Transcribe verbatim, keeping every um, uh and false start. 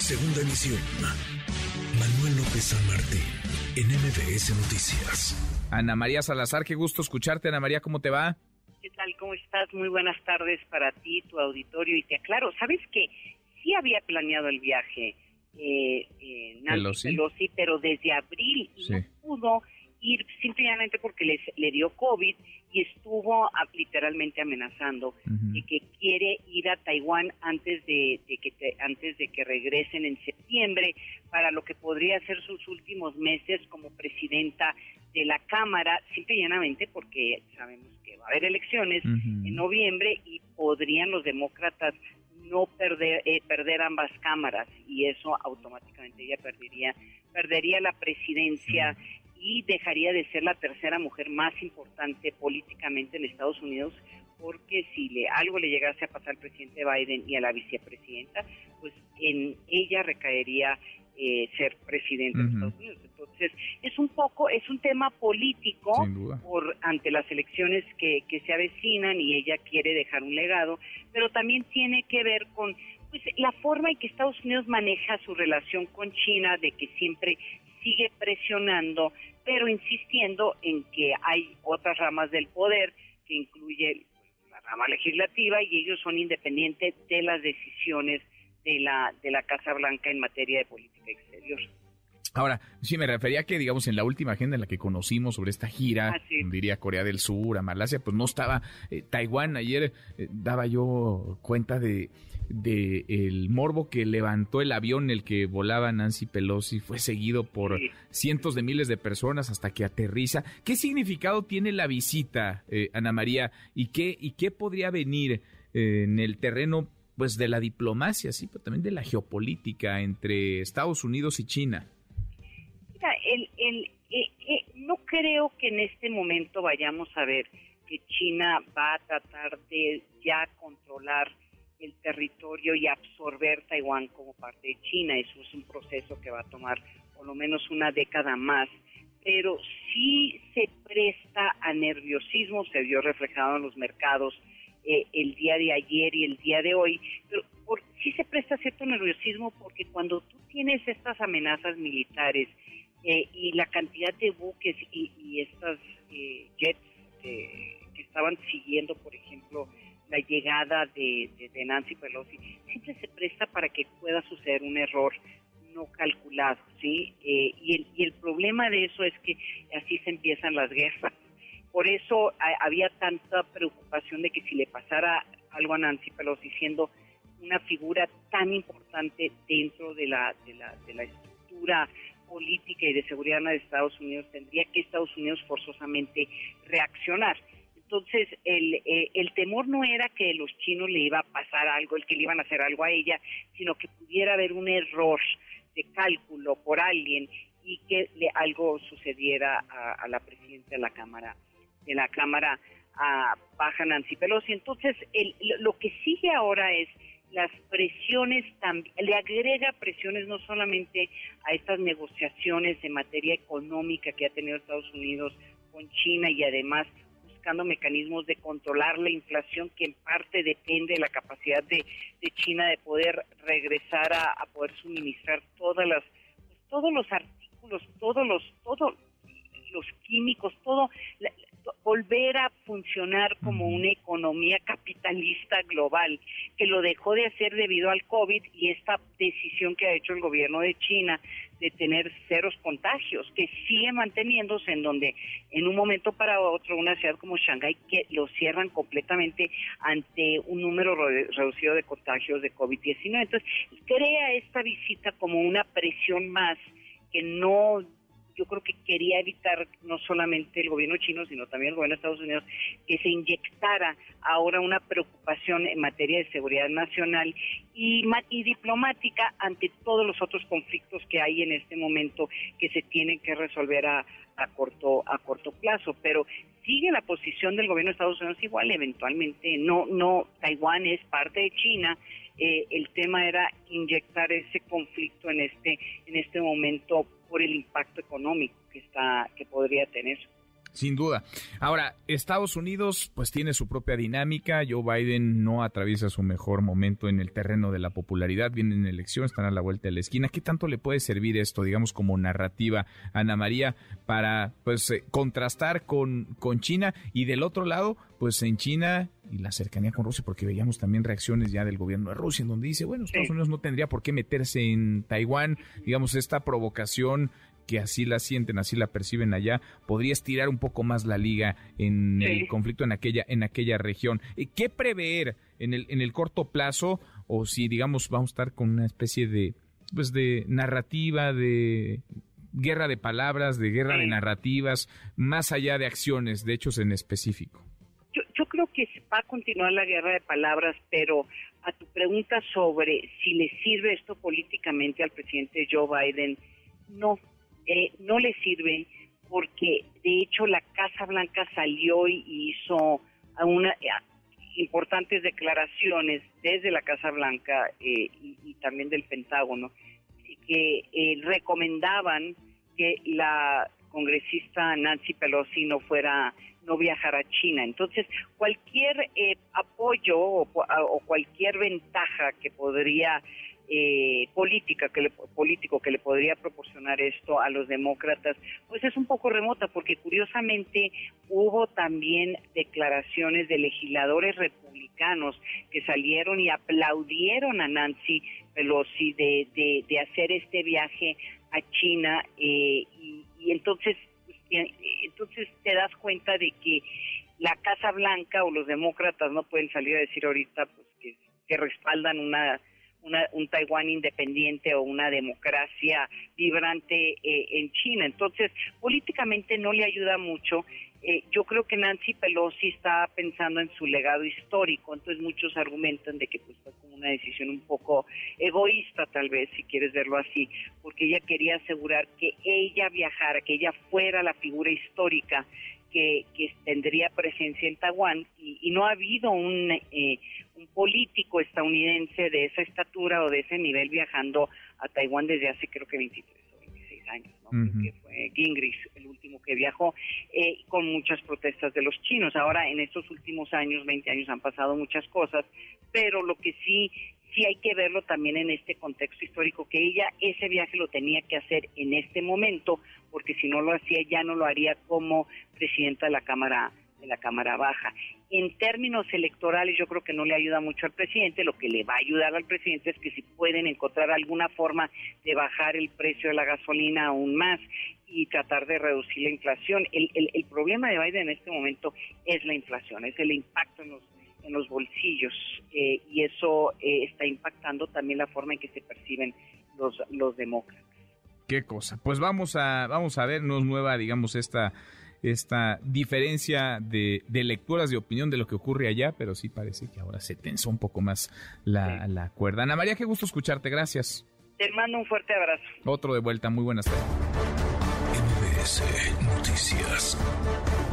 Segunda emisión. Manuel López San Martín, en M B S Noticias. Ana María Salazar, qué gusto escucharte. Ana María, ¿cómo te va? ¿Qué tal? ¿Cómo estás? Muy buenas tardes para ti, tu auditorio. Y te aclaro, ¿sabes qué? Sí había planeado el viaje eh, eh, Nancy Pelosi. Pelosi, pero desde abril sí. no pudo ir simplemente porque les, le dio COVID y estuvo a, literalmente amenazando uh-huh. de que quiere ir a Taiwán antes de, de que te, antes de que regresen en septiembre para lo que podría ser sus últimos meses como presidenta de la Cámara, simple y llanamente porque sabemos que va a haber elecciones uh-huh. en noviembre y podrían los demócratas no perder eh, perder ambas cámaras y eso automáticamente ella perdería perdería la presidencia uh-huh. y dejaría de ser la tercera mujer más importante políticamente en Estados Unidos, porque si le algo le llegase a pasar al presidente Biden y a la vicepresidenta, pues en ella recaería eh, ser presidente uh-huh. de Estados Unidos. Entonces, es un poco, es un tema político por ante las elecciones que, que se avecinan y ella quiere dejar un legado, pero también tiene que ver con pues la forma en que Estados Unidos maneja su relación con China, de que siempre sigue presionando, pero insistiendo en que hay otras ramas del poder, que incluye la rama legislativa, y ellos son independientes de las decisiones de la de la Casa Blanca en materia de política exterior. Ahora, sí, me refería a que, digamos, en la última agenda en la que conocimos sobre esta gira, ah, sí. diría Corea del Sur, a Malasia, pues no estaba eh, Taiwán. Ayer eh, daba yo cuenta de, de el morbo que levantó el avión en el que volaba Nancy Pelosi, fue seguido por sí. cientos de miles de personas hasta que aterriza. ¿Qué significado tiene la visita, eh, Ana María? ¿Y qué, y qué podría venir eh, en el terreno pues de la diplomacia, sí, pero también de la geopolítica entre Estados Unidos y China? El, el, eh, eh, no creo que en este momento vayamos a ver que China va a tratar de ya controlar el territorio y absorber Taiwán como parte de China. Eso es un proceso que va a tomar por lo menos una década más, pero sí se presta a nerviosismo, se vio reflejado en los mercados eh, el día de ayer y el día de hoy, pero por, sí se presta cierto nerviosismo porque cuando tú tienes estas amenazas militares Eh, y la cantidad de buques y, y estas eh, jets eh, que estaban siguiendo, por ejemplo, la llegada de, de, de Nancy Pelosi, siempre se presta para que pueda suceder un error no calculado, ¿sí? Eh, y, el, y el problema de eso es que así se empiezan las guerras. Por eso a, había tanta preocupación de que si le pasara algo a Nancy Pelosi, siendo una figura tan importante dentro de la, de la, de la estructura política y de seguridad de Estados Unidos, tendría que Estados Unidos forzosamente reaccionar. Entonces, el, eh, el temor no era que a los chinos le iba a pasar algo, el que le iban a hacer algo a ella, sino que pudiera haber un error de cálculo por alguien y que le, algo sucediera a, a la presidenta de la Cámara, de la Cámara a Baja Nancy Pelosi. Entonces, el, lo que sigue ahora es las presiones, también le agrega presiones no solamente a estas negociaciones en materia económica que ha tenido Estados Unidos con China y además buscando mecanismos de controlar la inflación que en parte depende de la capacidad de, de China de poder regresar a, a poder suministrar todas las pues, todos los artículos, todos los todos los químicos, todo la, volver a funcionar como una economía capitalista global, que lo dejó de hacer debido al COVID y esta decisión que ha hecho el gobierno de China de tener ceros contagios, que sigue manteniéndose, en donde en un momento para otro una ciudad como Shanghái que lo cierran completamente ante un número re- reducido de contagios de COVID diecinueve. Entonces, crea esta visita como una presión más que no... yo creo que quería evitar no solamente el gobierno chino, sino también el gobierno de Estados Unidos, que se inyectara ahora una preocupación en materia de seguridad nacional y, y diplomática ante todos los otros conflictos que hay en este momento que se tienen que resolver a, a corto a corto plazo. Pero sigue la posición del gobierno de Estados Unidos igual, eventualmente no no Taiwán es parte de China. Eh, el tema era inyectar ese conflicto en este en este momento por el impacto económico que está que podría tener. Sin duda. Ahora, Estados Unidos pues tiene su propia dinámica. Joe Biden no atraviesa su mejor momento en el terreno de la popularidad. Vienen elecciones, están a la vuelta de la esquina. ¿Qué tanto le puede servir esto, digamos, como narrativa, Ana María, para pues eh, contrastar con, con China? Y del otro lado, pues en China y la cercanía con Rusia, porque veíamos también reacciones ya del gobierno de Rusia, en donde dice, bueno, Estados Unidos no tendría por qué meterse en Taiwán, digamos, esta provocación que así la sienten, así la perciben allá, podría estirar un poco más la liga en sí. el conflicto en aquella en aquella región. ¿Qué prever en el en el corto plazo, o si digamos vamos a estar con una especie de pues de narrativa, de guerra de palabras, de guerra sí. de narrativas, más allá de acciones, de hechos en específico? Yo, yo creo que va a continuar la guerra de palabras, pero a tu pregunta sobre si le sirve esto políticamente al presidente Joe Biden, no. Eh, no le sirve porque de hecho la Casa Blanca salió y hizo una, eh, importantes declaraciones desde la Casa Blanca eh, y, y también del Pentágono que eh, recomendaban que la congresista Nancy Pelosi no fuera no viajara a China. Entonces cualquier eh, apoyo o, o cualquier ventaja que podría Eh, política que le, político que le podría proporcionar esto a los demócratas, pues es un poco remota, porque curiosamente hubo también declaraciones de legisladores republicanos que salieron y aplaudieron a Nancy Pelosi de, de, de hacer este viaje a China eh, y, y entonces pues, entonces te das cuenta de que la Casa Blanca o los demócratas no pueden salir a decir ahorita pues que, que respaldan una Una, un Taiwán independiente o una democracia vibrante eh, en China. Entonces, políticamente no le ayuda mucho. Eh, yo creo que Nancy Pelosi está pensando en su legado histórico, entonces muchos argumentan de que pues fue como una decisión un poco egoísta, tal vez, si quieres verlo así, porque ella quería asegurar que ella viajara, que ella fuera la figura histórica que, que tendría presencia en Taiwán, y, y no ha habido un, eh, un político estadounidense de esa estatura o de ese nivel viajando a Taiwán desde hace creo que veintitrés o veintiséis años, ¿no? Uh-huh. Que fue Gingrich el último que viajó, eh, con muchas protestas de los chinos. Ahora, en estos últimos años, veinte años, han pasado muchas cosas, pero lo que sí sí hay que verlo también en este contexto histórico, que ella ese viaje lo tenía que hacer en este momento, porque si no lo hacía ya no lo haría como presidenta de la Cámara de la Cámara Baja. En términos electorales yo creo que no le ayuda mucho al presidente. Lo que le va a ayudar al presidente es que si pueden encontrar alguna forma de bajar el precio de la gasolina aún más y tratar de reducir la inflación. El, el, el problema de Biden en este momento es la inflación, es el impacto en los en los bolsillos eh, y eso eh, está impactando también la forma en que se perciben los los demócratas. Qué cosa. Pues vamos a vamos a ver, no es nueva, digamos, esta esta diferencia de, de lecturas, de opinión de lo que ocurre allá, pero sí parece que ahora se tensó un poco más la, sí. la cuerda. Ana María, qué gusto escucharte, gracias. Te mando un fuerte abrazo. Otro de vuelta, muy buenas tardes. M B S Noticias.